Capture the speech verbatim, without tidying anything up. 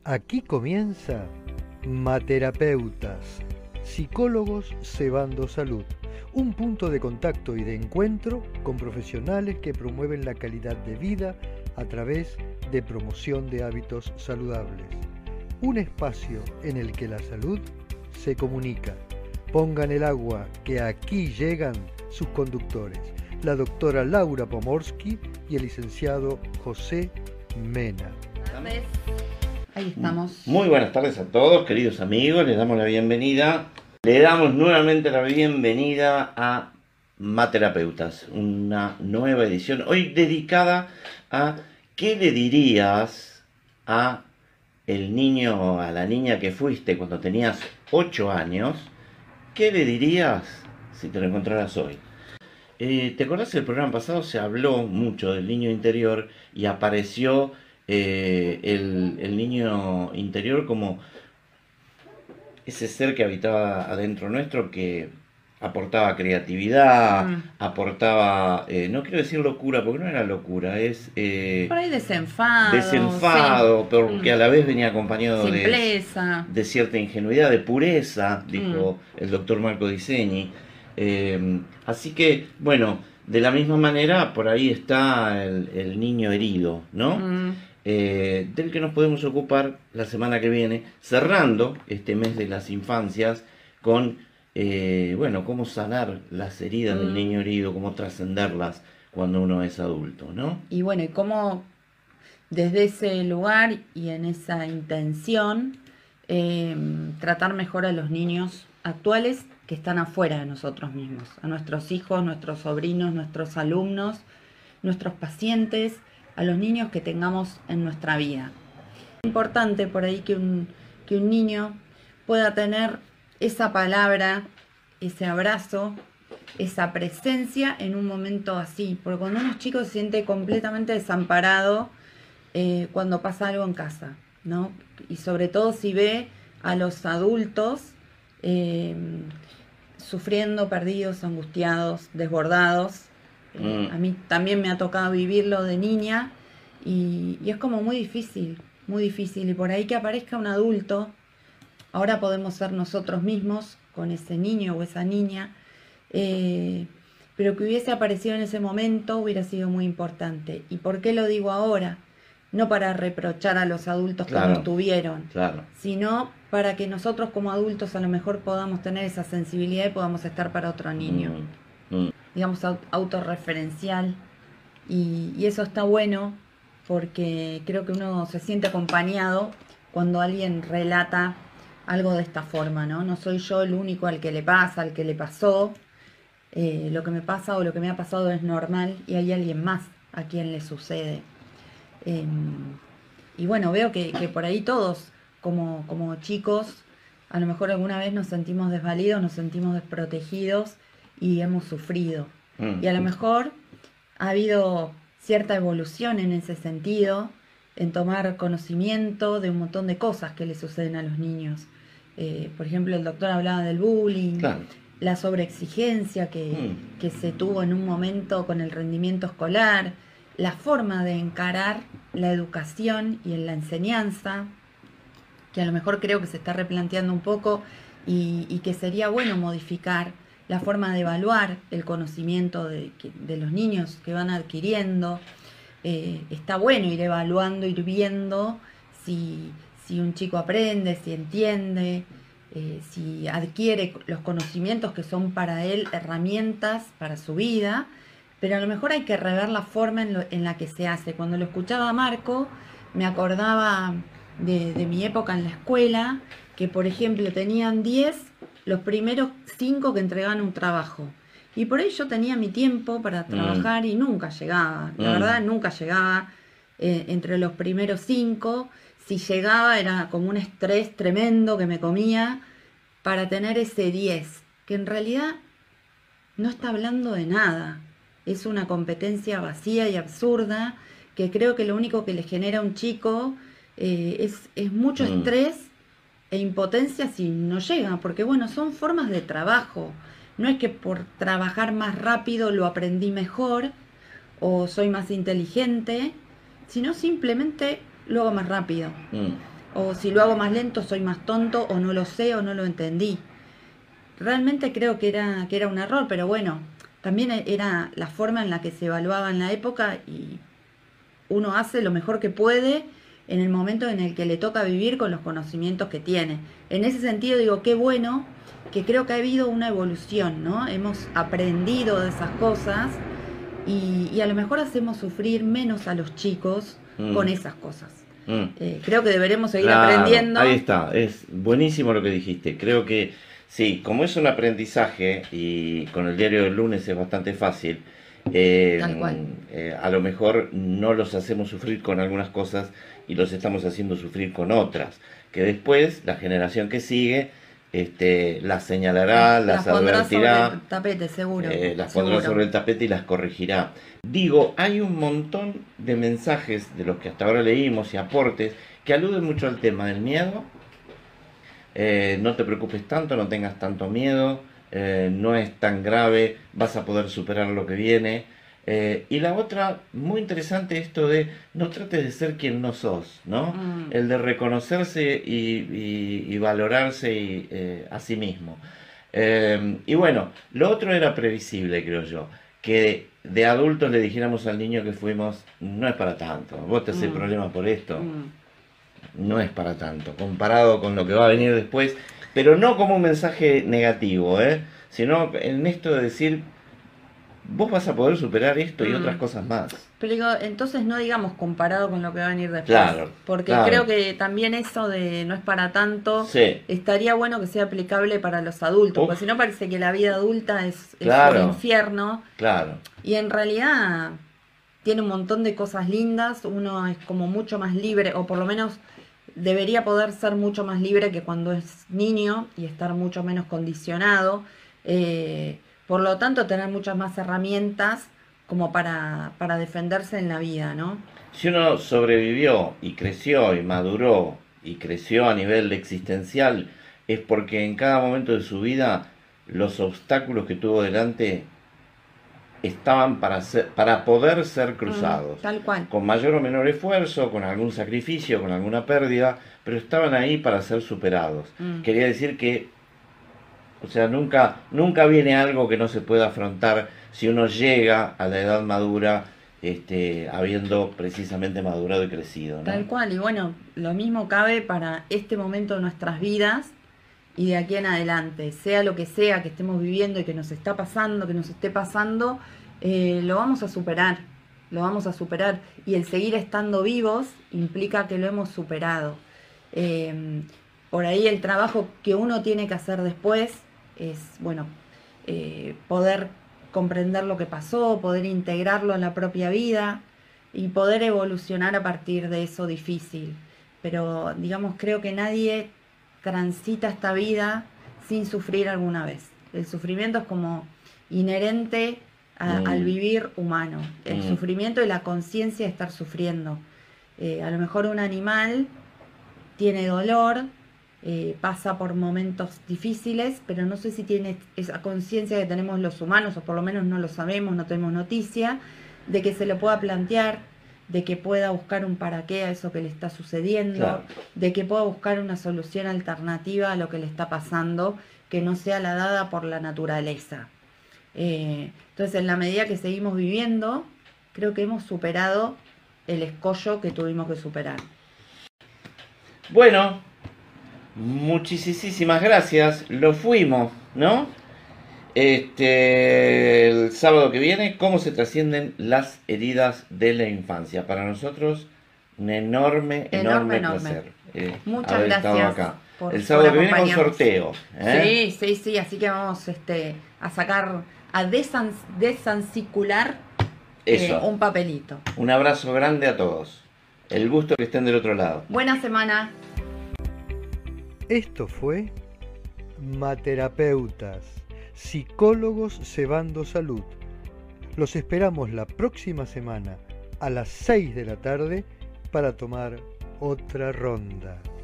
Aquí comienza Materapeutas, psicólogos cebando salud, un punto de contacto y de encuentro con profesionales que promueven la calidad de vida a través de promoción de hábitos saludables. Un espacio en el que la salud se comunica. Pongan el agua, que aquí llegan sus conductores, la doctora Laura Pomorsky y el licenciado José Mena. Ahí estamos. Muy buenas tardes a todos, queridos amigos. Les damos la bienvenida. Le damos nuevamente la bienvenida a Materapeutas, una nueva edición, hoy dedicada a ¿qué le dirías a el niño o a la niña que fuiste cuando tenías ocho años? ¿Qué le dirías si te lo encontraras hoy? Eh, ¿Te acordás del programa pasado? Se habló mucho del niño interior y apareció eh, el, el niño interior como ese ser que habitaba adentro nuestro, que aportaba creatividad, mm. aportaba, eh, no quiero decir locura, porque no era locura, es... Eh, Por ahí desenfado. Desenfado, sí. porque a la vez venía acompañado Simpleza. de, de cierta ingenuidad, de pureza, dijo mm. el doctor Marco Disegni. Eh, así que, bueno, de la misma manera, por ahí está el, el niño herido, ¿no? Mm. Eh, del que nos podemos ocupar la semana que viene, cerrando este mes de las infancias con, eh, bueno, cómo sanar las heridas mm. del niño herido, cómo trascenderlas cuando uno es adulto, ¿no? Y bueno, y cómo desde ese lugar y en esa intención eh, tratar mejor a los niños actuales que están afuera de nosotros mismos, a nuestros hijos, nuestros sobrinos, nuestros alumnos, nuestros pacientes, a los niños que tengamos en nuestra vida. Es importante por ahí que un, que un niño pueda tener esa palabra, ese abrazo, esa presencia en un momento así, porque cuando uno es chico se siente completamente desamparado eh, cuando pasa algo en casa, ¿no? Y sobre todo si ve a los adultos eh, sufriendo, perdidos, angustiados, desbordados. Mm. A mí también me ha tocado vivirlo de niña y, y es como muy difícil, muy difícil. Y por ahí que aparezca un adulto, ahora podemos ser nosotros mismos con ese niño o esa niña, eh, pero que hubiese aparecido en ese momento hubiera sido muy importante. ¿Y por qué lo digo ahora? No para reprochar a los adultos claro, que no estuvieron, claro. sino para que nosotros como adultos a lo mejor podamos tener esa sensibilidad y podamos estar para otro niño. Mm. Mm. digamos, autorreferencial, y, y eso está bueno porque creo que uno se siente acompañado cuando alguien relata algo de esta forma, ¿no? No soy yo el único al que le pasa, al que le pasó, eh, lo que me pasa o lo que me ha pasado es normal y hay alguien más a quien le sucede. Eh, y bueno, veo que, que por ahí todos, como, como chicos, a lo mejor alguna vez nos sentimos desvalidos, nos sentimos desprotegidos, y hemos sufrido. Mm. Y a lo mejor ha habido cierta evolución en ese sentido, en tomar conocimiento de un montón de cosas que le suceden a los niños. Eh, por ejemplo, el doctor hablaba del bullying, claro. la sobreexigencia que, mm. que se tuvo en un momento con el rendimiento escolar, la forma de encarar la educación y en la enseñanza, que a lo mejor creo que se está replanteando un poco y, y que sería bueno modificar la forma de evaluar el conocimiento de, de los niños que van adquiriendo. Eh, está bueno ir evaluando, ir viendo si, si un chico aprende, si entiende, eh, si adquiere los conocimientos que son para él herramientas para su vida, pero a lo mejor hay que rever la forma en, lo, en la que se hace. Cuando lo escuchaba a Marco, me acordaba de, de mi época en la escuela, que por ejemplo tenían diez los primeros cinco que entregaban un trabajo. Y por ahí yo tenía mi tiempo para trabajar mm. y nunca llegaba. La mm. verdad, nunca llegaba eh, entre los primeros cinco. Si llegaba era como un estrés tremendo que me comía para tener ese diez, que en realidad no está hablando de nada. Es una competencia vacía y absurda que creo que lo único que le genera a un chico eh, es, es mucho mm. estrés e impotencia si no llega, porque bueno, son formas de trabajo. No es que por trabajar más rápido lo aprendí mejor o soy más inteligente, sino simplemente lo hago más rápido. Mm. O si lo hago más lento, soy más tonto, o no lo sé, o no lo entendí. Realmente creo que era, que era un error, pero bueno, también era la forma en la que se evaluaba en la época y uno hace lo mejor que puede en el momento en el que le toca vivir con los conocimientos que tiene. En ese sentido digo, qué bueno, que creo que ha habido una evolución, ¿no? Hemos aprendido de esas cosas y, y a lo mejor hacemos sufrir menos a los chicos mm. con esas cosas. Mm. Eh, creo que deberemos seguir claro, aprendiendo. Ahí está, es buenísimo lo que dijiste. Creo que sí, como es un aprendizaje y con el diario del lunes es bastante fácil, eh, Tal cual. Eh, a lo mejor no los hacemos sufrir con algunas cosas y los estamos haciendo sufrir con otras, que después la generación que sigue este, las señalará, las, las advertirá, sobre el tapete, seguro, eh, las seguro. pondrá sobre el tapete y las corregirá. Digo, hay un montón de mensajes de los que hasta ahora leímos y aportes que aluden mucho al tema del miedo. Eh, no te preocupes tanto, no tengas tanto miedo, eh, no es tan grave, vas a poder superar lo que viene. Eh, y la otra, muy interesante, esto de no trates de ser quien no sos, ¿no? Mm. El de reconocerse y, y, y valorarse y, eh, a sí mismo. Eh, y bueno, lo otro era previsible, creo yo, que de adultos le dijéramos al niño que fuimos, no es para tanto, vos te haces mm. problemas por esto. Mm. No es para tanto, comparado con lo que va a venir después, pero no como un mensaje negativo, ¿eh? Sino en esto de decir, vos vas a poder superar esto y mm. otras cosas más. Pero digo, entonces no digamos comparado con lo que va a venir después, claro, porque claro. creo que también eso de no es para tanto, sí. estaría bueno que sea aplicable para los adultos, Uf. porque si no parece que la vida adulta es, es claro. un infierno, claro. y en realidad tiene un montón de cosas lindas, uno es como mucho más libre, o por lo menos debería poder ser mucho más libre que cuando es niño y estar mucho menos condicionado. Eh, por lo tanto, tener muchas más herramientas como para, para defenderse en la vida, ¿no? Si uno sobrevivió y creció y maduró y creció a nivel existencial, es porque en cada momento de su vida los obstáculos que tuvo delante estaban para ser, para poder ser cruzados. Mm, tal cual. Con mayor o menor esfuerzo, con algún sacrificio, con alguna pérdida, pero estaban ahí para ser superados. Mm. Quería decir que, o sea, nunca, nunca viene algo que no se pueda afrontar si uno llega a la edad madura, este, habiendo precisamente madurado y crecido, ¿no? Tal cual, y bueno, lo mismo cabe para este momento de nuestras vidas y de aquí en adelante, sea lo que sea que estemos viviendo y que nos está pasando, que nos esté pasando, eh, lo vamos a superar, lo vamos a superar. Y el seguir estando vivos implica que lo hemos superado. Eh, por ahí el trabajo que uno tiene que hacer después es, bueno, eh, poder comprender lo que pasó, poder integrarlo en la propia vida y poder evolucionar a partir de eso difícil. Pero, digamos, creo que nadie transita esta vida sin sufrir alguna vez. El sufrimiento es como inherente a, mm. al vivir humano. El mm. sufrimiento y la conciencia de estar sufriendo. Eh, a lo mejor un animal tiene dolor, eh, pasa por momentos difíciles, pero no sé si tiene esa conciencia que tenemos los humanos, o por lo menos no lo sabemos, no tenemos noticia, de que se lo pueda plantear, de que pueda buscar un para qué a eso que le está sucediendo, claro. de que pueda buscar una solución alternativa a lo que le está pasando, que no sea la dada por la naturaleza. Eh, entonces, en la medida que seguimos viviendo, creo que hemos superado el escollo que tuvimos que superar. Bueno, muchísimas gracias, lo fuimos, ¿no? Este, el sábado que viene, cómo se trascienden las heridas de la infancia. Para nosotros, un enorme, enorme, enorme placer. Eh, Muchas gracias. Acá. Por, el sábado que viene con sorteo. ¿eh? Sí, sí, sí. Así que vamos este, a sacar, a desan, desancicular eh, un papelito. Un abrazo grande a todos. El gusto que estén del otro lado. Buena semana. Esto fue Materapeutas, psicólogos cebando salud. Los esperamos la próxima semana a las seis de la tarde para tomar otra ronda.